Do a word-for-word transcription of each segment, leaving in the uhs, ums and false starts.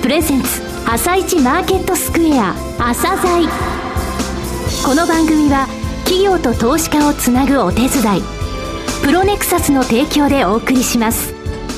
プレゼンツ朝一マーケットスクエア朝鮮。この番組は企業と投資家をつなぐお手伝いプロネクサスの提供でお送りします。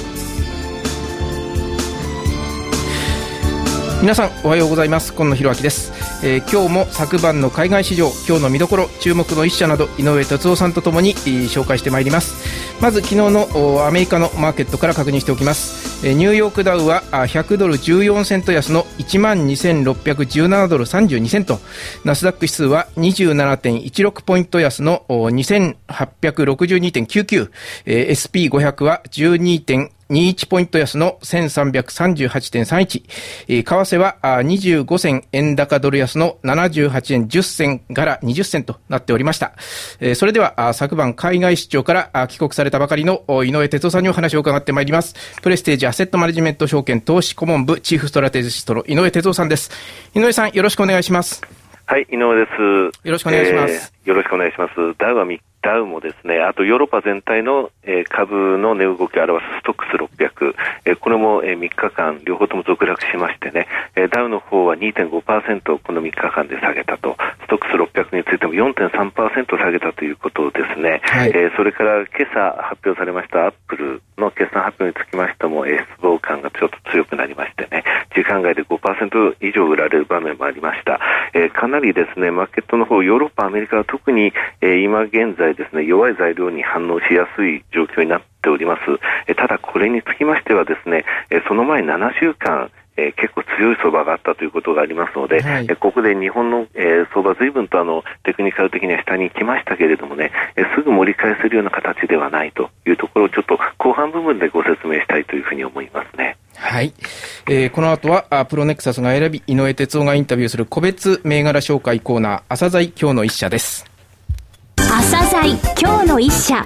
皆さんおはようございます。今野博明です。えー、今日も昨晩の海外市場、今日の見どころ、注目の一社など井上哲夫さんとともに、えー、紹介してまいります。まず昨日のアメリカのマーケットから確認しておきます。えー、ニューヨークダウはひゃくドルじゅうよんセント安の いちまんにせんろっぴゃくじゅうななドルさんじゅうにセント、ナスダック指数は にじゅうななてんいちろく ポイント安の にせんはっぴゃくろくじゅうにてんきゅうきゅう、えー、エスピーごひゃく は じゅうにてんにじゅういち ポイント安の せんさんびゃくさんじゅうはちてんさんいち、えー、為替はにじゅうごせん円高ドル安のななじゅうはちえんじゅっせんからにじゅっせんとなっておりました。えー、それでは昨晩海外出張から帰国されたばかりの井上哲夫さんにお話を伺ってまいります。プレステージアセットマネジメント証券投資顧問部チーフストラテジストの井上哲夫さんです。井上さん、よろしくお願いします。 はい、井上です。 よろしくお願いします。 えー、よろしくお願いします。ダウはダウもですね、あとヨーロッパ全体の、えー、株の値動きを表すストックスろっぴゃく、えー、これも、えー、みっかかん両方とも続落しましてね、えー、ダウの方は にてんごパーセント このみっかかんで下げたと、ストックスろっぴゃくについても よんてんさんパーセント 下げたということですね。はい、えー、それから今朝発表されましたアップルの決算発表につきましても、えー、失望感がちょっと強くなりましてね、時間外で ごパーセント 以上売られる場面もありました。えー、かなりですね、マーケットの方、ヨーロッパ、アメリカは特に、えー、今現在ですね、弱い材料に反応しやすい状況になっております。えー、ただこれにつきましてはですね、えー、その前ななしゅうかん、えー、結構強い相場があったということがありますので、はい、えー、ここで日本の、えー、相場随分とあのテクニカル的には下に来ましたけれどもね、えー、すぐ盛り返せるような形ではないというところをちょっと後半部分でご説明したいというふうに思いますね。 はい、えー、この後はプロネクサスが選び井上哲夫がインタビューする個別銘柄紹介コーナー、朝鮮今日の一社です。 朝鮮今日の一社。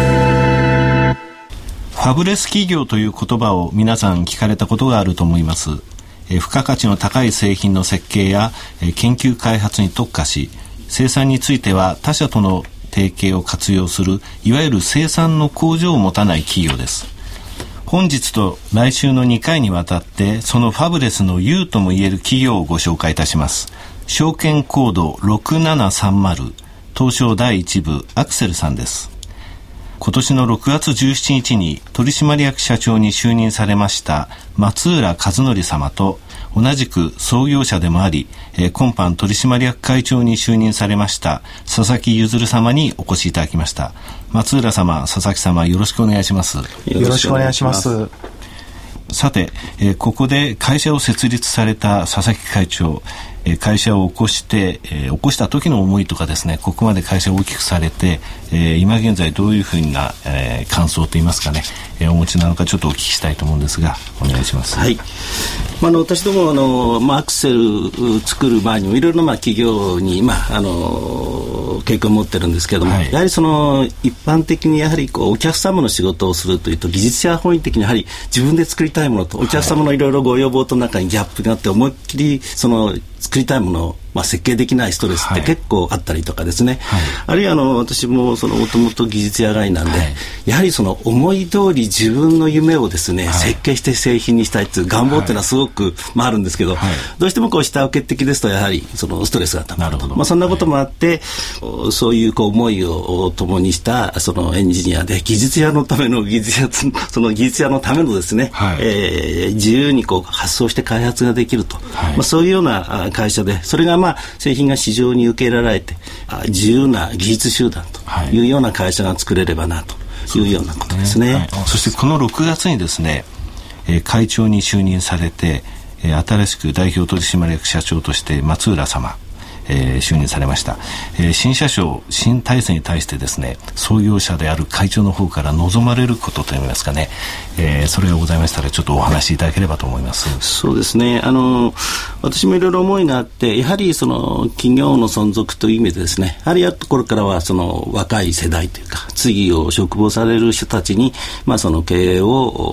ファブレス企業という言葉を皆さん聞かれたことがあると思います。えー、付加価値の高い製品の設計や、えー、研究開発に特化し、生産については他社との提携を活用するいわゆる生産の工場を持たない企業です。本日と来週のにかいにわたってそのファブレスの雄とも言える企業をご紹介いたします。証券コードろくななさんまる、東証第一部アクセルさんです。今年のろくがつじゅうしちにちに取締役社長に就任されました松浦和則様と同じく創業者でもあり、えー、今般取締役会長に就任されました佐々木譲様にお越しいただきました。松浦様、佐々木様、よろしくお願いします。よろしくお願いします。 さて、えー、ここで会社を設立された佐々木会長、えー、会社を起こして、えー、起こした時の思いとかですね、ここまで会社を大きくされて、えー、今現在どういうふうな、えー、感想といいますかね、えー、お持ちなのかちょっとお聞きしたいと思うんですが、お願いします。 はい、まあ、あの私どもあの、まあ、アクセル作る前にもいろいろな、まあ、企業に、まあ、あの経験を持ってるんですけれども、はい、やはりその一般的にやはりこうお客様の仕事をするというと技術者本位的にやはり自分で作りたいものとお客様のいろいろご要望との中にギャップがあって、思いっきりその作りたいものを、まあ、設計できないストレスって結構あったりとかですね、はい、あるいはあの私もそのもともと技術屋外なんで、はい、やはりその思い通り自分の夢をですね、はい、設計して製品にしたいという願望っていうのはすごく、まあ、あるんですけど、はい、どうしてもこう下請け的ですとやはりそのストレスがたまると、まあ、そんなこともあって、はい、そういうこう思いを共にしたそのエンジニアで技術屋のための技術屋その技術屋のためのですね、はい、えー、自由にこう発想して開発ができると、はい、まあ、そういうような会社で、それがまあ製品が市場に受け入れられて自由な技術集団というような会社が作れればなというようなことですね。はい、 そしてこのろくがつにですね、えー、会長に就任されて、えー、新しく代表取締役社長として松浦様、えー、就任されました。えー、新社長新体制に対してですね、創業者である会長の方から望まれることといいますかね、えー、それがございましたらちょっとお話しいただければと思います。 そうですね、あの私もいろいろ思いがあって、やはりその企業の存続という意味でですね、やはりやっとこれからはその若い世代というか次を嘱望される人たちに、まあ、その経営を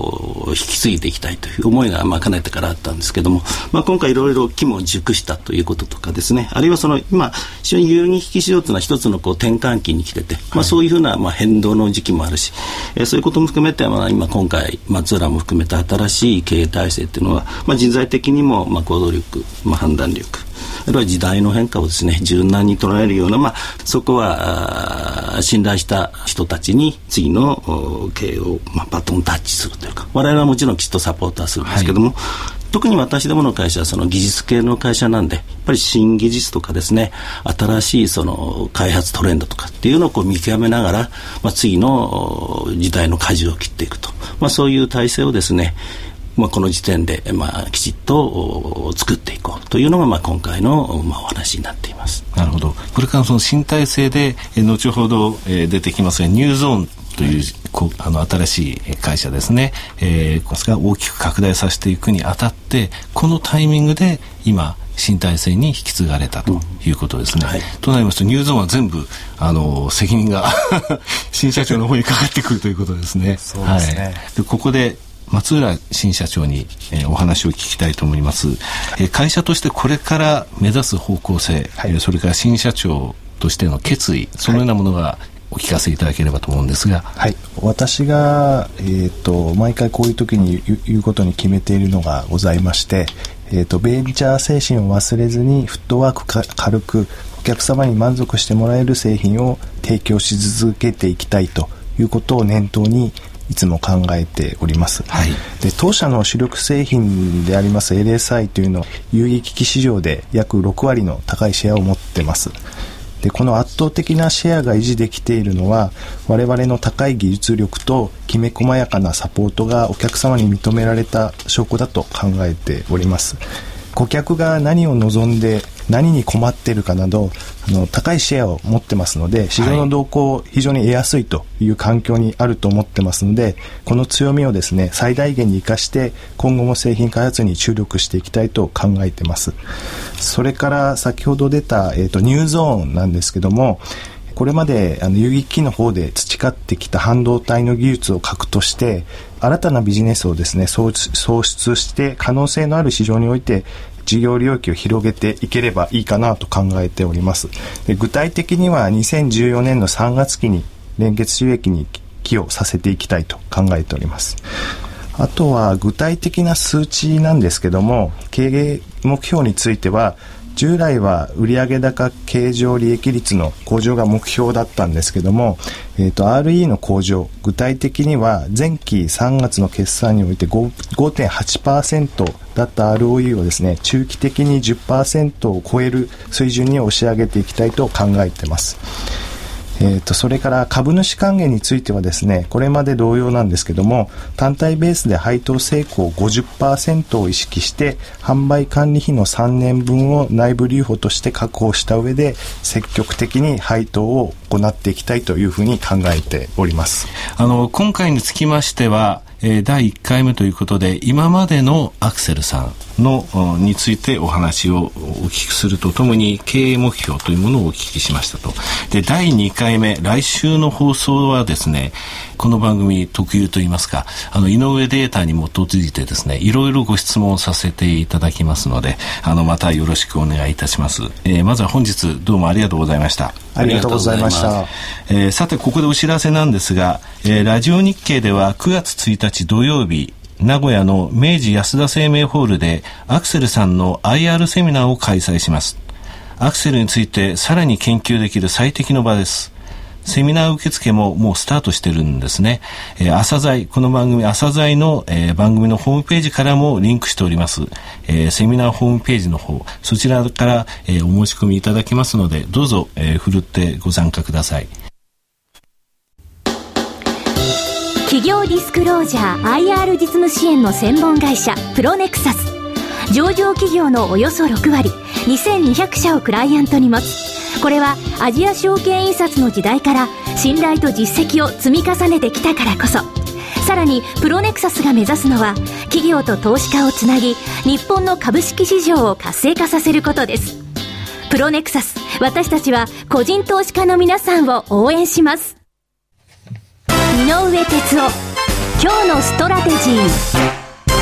引き継いでいきたいという思いが、まあ、かねてからあったんですけども、まあ、今回いろいろ機も熟したということとかですね、あるいはその今非常に輸入引き市場というのは一つのこう転換期に来てて、まあ、そういうふうなまあ変動の時期もあるし、えー、そういうことも含めて、まあ、今今回松浦も含めた新しい経営体制というのは、まあ、人材的にもまあ行動力、まあ、判断力、あるいは時代の変化をですね柔軟に捉えるような、まあ、そこは信頼した人たちに次の経営を、まあ、バトンタッチするというか、我々はもちろんきちっとサポートはするんですけども、はい、特に私どもの会社はその技術系の会社なんで、やっぱり新技術とかですね、新しいその開発トレンドとかっていうのをこう見極めながら、まあ、次の時代の舵を切っていくと、まあ、そういう体制をですね、まあ、この時点で、まあ、きちっと作っていこうというのが、まあ、今回の、まあ、お話になっています。 なるほど。これからその新体制で、え後ほど、え出てきますが、ニューゾーンという、こあの新しい会社ですね、えー、これが大きく拡大させていくにあたって、このタイミングで今新体制に引き継がれたということですね、うん、はい、となりますとニューゾーンは全部あの責任が新社長の方にかかってくるということですね。 そうですね、 はい、でここで松浦新社長に、えー、お話を聞きたいと思います、えー、会社としてこれから目指す方向性、はい、えー、それから新社長としての決意、そのようなものがお聞かせいただければと思うんですが。 はい、私が、えー、と毎回こういう時に言うことに決めているのがございまして、えー、とベンチャー精神を忘れずにフットワークか軽くお客様に満足してもらえる製品を提供し続けていきたいということを念頭にいつも考えております、はい、で当社の主力製品であります エルエスアイ というのは有機機器市場で約ろくわりの高いシェアを持っています。でこの圧倒的なシェアが維持できているのは我々の高い技術力ときめ細やかなサポートがお客様に認められた証拠だと考えております。顧客が何を望んで何に困っているかなどあの高いシェアを持ってますので、市場の動向を非常に得やすいという環境にあると思ってますので、この強みをですね最大限に生かして今後も製品開発に注力していきたいと考えてます。それから先ほど出た、えーと、ニューゾーンなんですけども、これまであの有機機器の方で培ってきた半導体の技術を核として新たなビジネスをですね創出して可能性のある市場において事業領域を広げていければいいかなと考えております。で具体的にはにせんじゅうよねんのさんがつ期に連結収益に寄与させていきたいと考えております。あとは具体的な数値なんですけども、経営目標については従来は売上高経常利益率の向上が目標だったんですけども、えーと、アールイー の向上、具体的には前期さんがつの決算において ごてんはちパーセント だった アールオーイー をですね中期的に じゅっパーセント を超える水準に押し上げていきたいと考えています。えーと、それから株主還元についてはですね、これまで同様なんですけども、単体ベースで配当成功 ごじゅっパーセント を意識して販売管理費のさんねんぶんを内部留保として確保した上で積極的に配当を行っていきたいというふうに考えております。 あの今回につきましては、えー、だいいっかいめということで今までのアクセルさんのについてお話をお聞きするとともに経営目標というものをお聞きしましたと。でだいにかいめ、来週の放送はですね、この番組特有といいますか、あの井上データに基づいてですねいろいろご質問させていただきますので、あのまたよろしくお願いいたします。えー、まずは本日どうもありがとうございました。 ありがとうございました。 えー、さてここでお知らせなんですが、えー、ラジオ日経ではくがつついたち土曜日、名古屋の明治安田生命ホールでアクセルさんの アイアール セミナーを開催します。アクセルについてさらに研究できる最適の場です。セミナー受付ももうスタートしてるんですね。えー、朝鮮この番組朝鮮の、えー、番組のホームページからもリンクしております。えー、セミナーホームページの方、そちらから、えー、お申し込みいただけますので、どうぞ、えー、ふるってご参加ください。 企業ディスクロージャー アイアール 実務支援の専門会社プロネクサス、上場企業のおよそろくわりにせんにひゃくしゃをクライアントに持つ。これはアジア証券印刷の時代から信頼と実績を積み重ねてきたからこそ。さらにプロネクサスが目指すのは企業と投資家をつなぎ、日本の株式市場を活性化させることです。プロネクサス、私たちは個人投資家の皆さんを応援します。井上哲夫今日のストラテジー。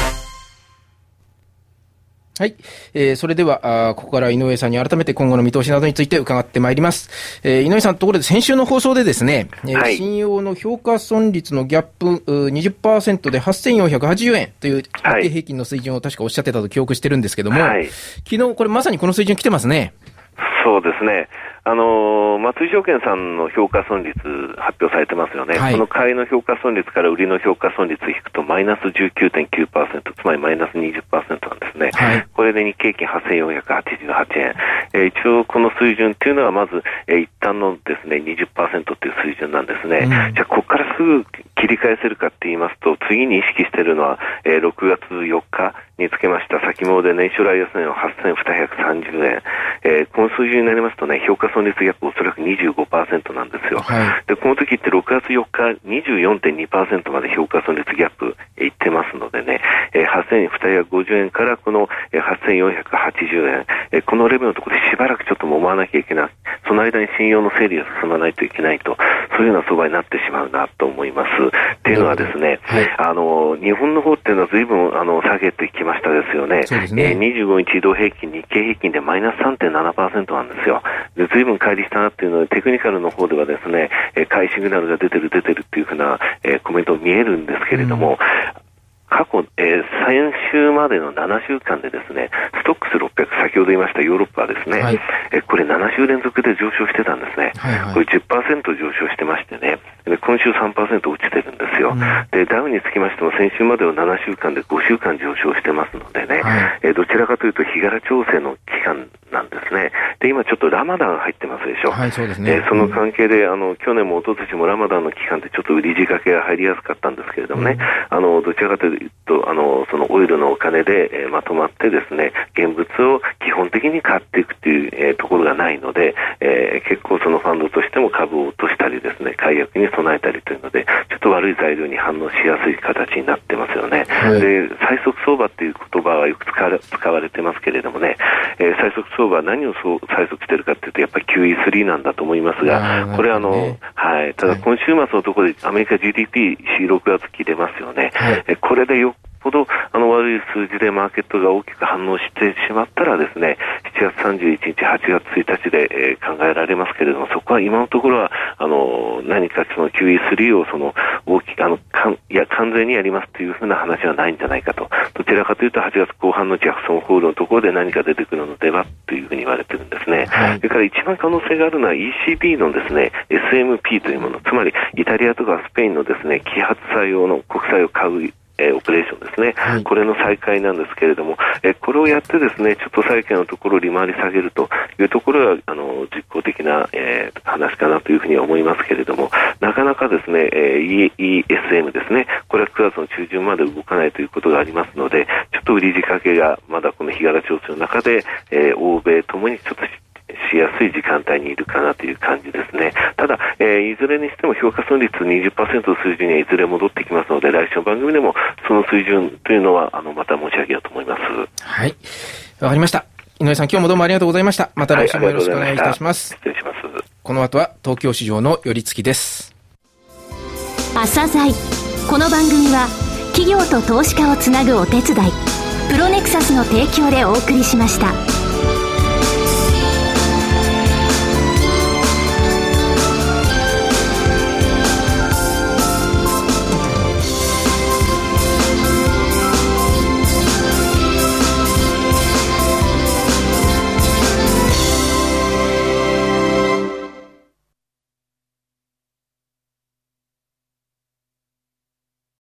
はい、えー、それではあここから井上さんに改めて今後の見通しなどについて伺ってまいります。えー、井上さん、ところで先週の放送でですね、えーはい、信用の評価損率のギャップ にじゅっパーセント ではっせんよんひゃくはちじゅうえんという日経平均の水準を確かおっしゃってたと記憶してるんですけども、はい、昨日これまさにこの水準来てますね。 そうですね。あのー、松井証券さんの評価損率発表されてますよね。はい、その買いの評価損率から売りの評価損率引くとマイナス じゅうきゅうてんきゅうパーセント、つまりマイナス にじゅっパーセント なんですね。はい、これで日経平均はっせんよんひゃくはちじゅうはちえん。えー、一応この水準っていうのはまず、えー、一旦のですね にじゅっパーセント っていう水準なんですね。うん、じゃあここからすぐ切り返せるかって言いますと、次に意識しているのは、えー、ろくがつよっかにつけました先物で年初来安値のはっせんにひゃくさんじゅうえん。えー、この数字になりますとね、評価損率ギャップおそらく にじゅうごパーセント なんですよ。はい、でこの時ってろくがつよっか にじゅうよんてんにパーセント まで評価損率ギャップいってますのでね、えー、はっせんにひゃくごじゅうえんからこの、えー、はっせんよんひゃくはちじゅうえん、えー、このレベルのところでしばらくちょっと揉まなきゃいけない。その間に信用の整理が進まないといけないと、そういうような相場になってしまうなと思います。っていうのはですね、はい、あの日本の方っていうのは随分あの下げてきましたですよね。そうですね。えー、にじゅうごにち移動平均、日経平均でマイナス さんてんななパーセント なんですよ。で随分乖離したなっていうので、テクニカルの方ではですね、えー、買いシグナルが出てる出てるっていうふうな、えー、コメント見えるんですけれども、うん過去、えー、先週までのななしゅうかんでですね、ストックスろっぴゃく、先ほど言いましたヨーロッパはですね、はい、えー、これななしゅう連続で上昇してたんですね。はいはい、これ じゅっパーセント 上昇してましてね、で今週 さんパーセント 落ちてるんですよ。うん、でダウにつきましても先週まではななしゅうかんでごしゅうかん上昇してますのでね、はい、えー、どちらかというと日柄調整の期間なんですね。で今ちょっとラマダン入ってますでしょ。はい、そうですね。えー、その関係であの去年も一昨年もラマダンの期間でちょっと売り仕掛けが入りやすかったんですけれどもね、うん、あのどちらかというとあのそのオイルのお金で、えー、まとまってですね、現物を基本的に買っていくという、えー、ところがないので、えー、結構そのファンドとしても株を落としたりですね、解約に備えたりというので、ちょっと悪い材料に反応しやすい形になってますよね。はい、で最速相場っていう言葉はよく使われ、使われてますけれどもね、えー、最速相場は何をそう最速してるかっていうとやっぱり キューイースリー なんだと思いますが、これあの、ね、はい、ただ今週末のところでアメリカ ジーディーピーろくがつ期出ますよね。はい、えこれでよほどあの悪い数字でマーケットが大きく反応してしまったらですね、しちがつさんじゅういちにち、はちがつついたちで、えー、考えられますけれども、そこは今のところはあの何かその キューイースリー をその大きくあのかんいや完全にやりますというふうな話はないんじゃないかと。どちらかというとはちがつこう半のジャクソンホールのところで何か出てくるのではというふうに言われてるんですね。はい、それから一番可能性があるのは イーシービー のですね エスエムピー というもの、つまりイタリアとかスペインのですね揮発作用の国債を買うえー、オペレーションですね、はい、これの再開なんですけれども、えー、これをやってですね、ちょっと債券のところを利回り下げるというところはあの実効的な、えー、話かなというふうに思いますけれども、なかなかですね、えー、イーエスエム ですね、これはくがつの中旬まで動かないということがありますので、ちょっと売り仕掛けがまだこの日柄調整の中で、えー、欧米ともにちょっとしやすい時間帯にいるかなという感じですね。ただ、えー、いずれにしても評価損率 にじゅっパーセント の水準にはいずれ戻ってきますので、来週の番組でもその水準というのはあのまた申し上げようと思います。 はい、わかりました。井上さん、今日もどうもありがとうございました。また来週もよろしくお願いいたします。 はい、失礼します。 この後は東京市場の寄り付きです。 朝鮮。この番組は企業と投資家をつなぐお手伝い、プロネクサスの提供でお送りしました。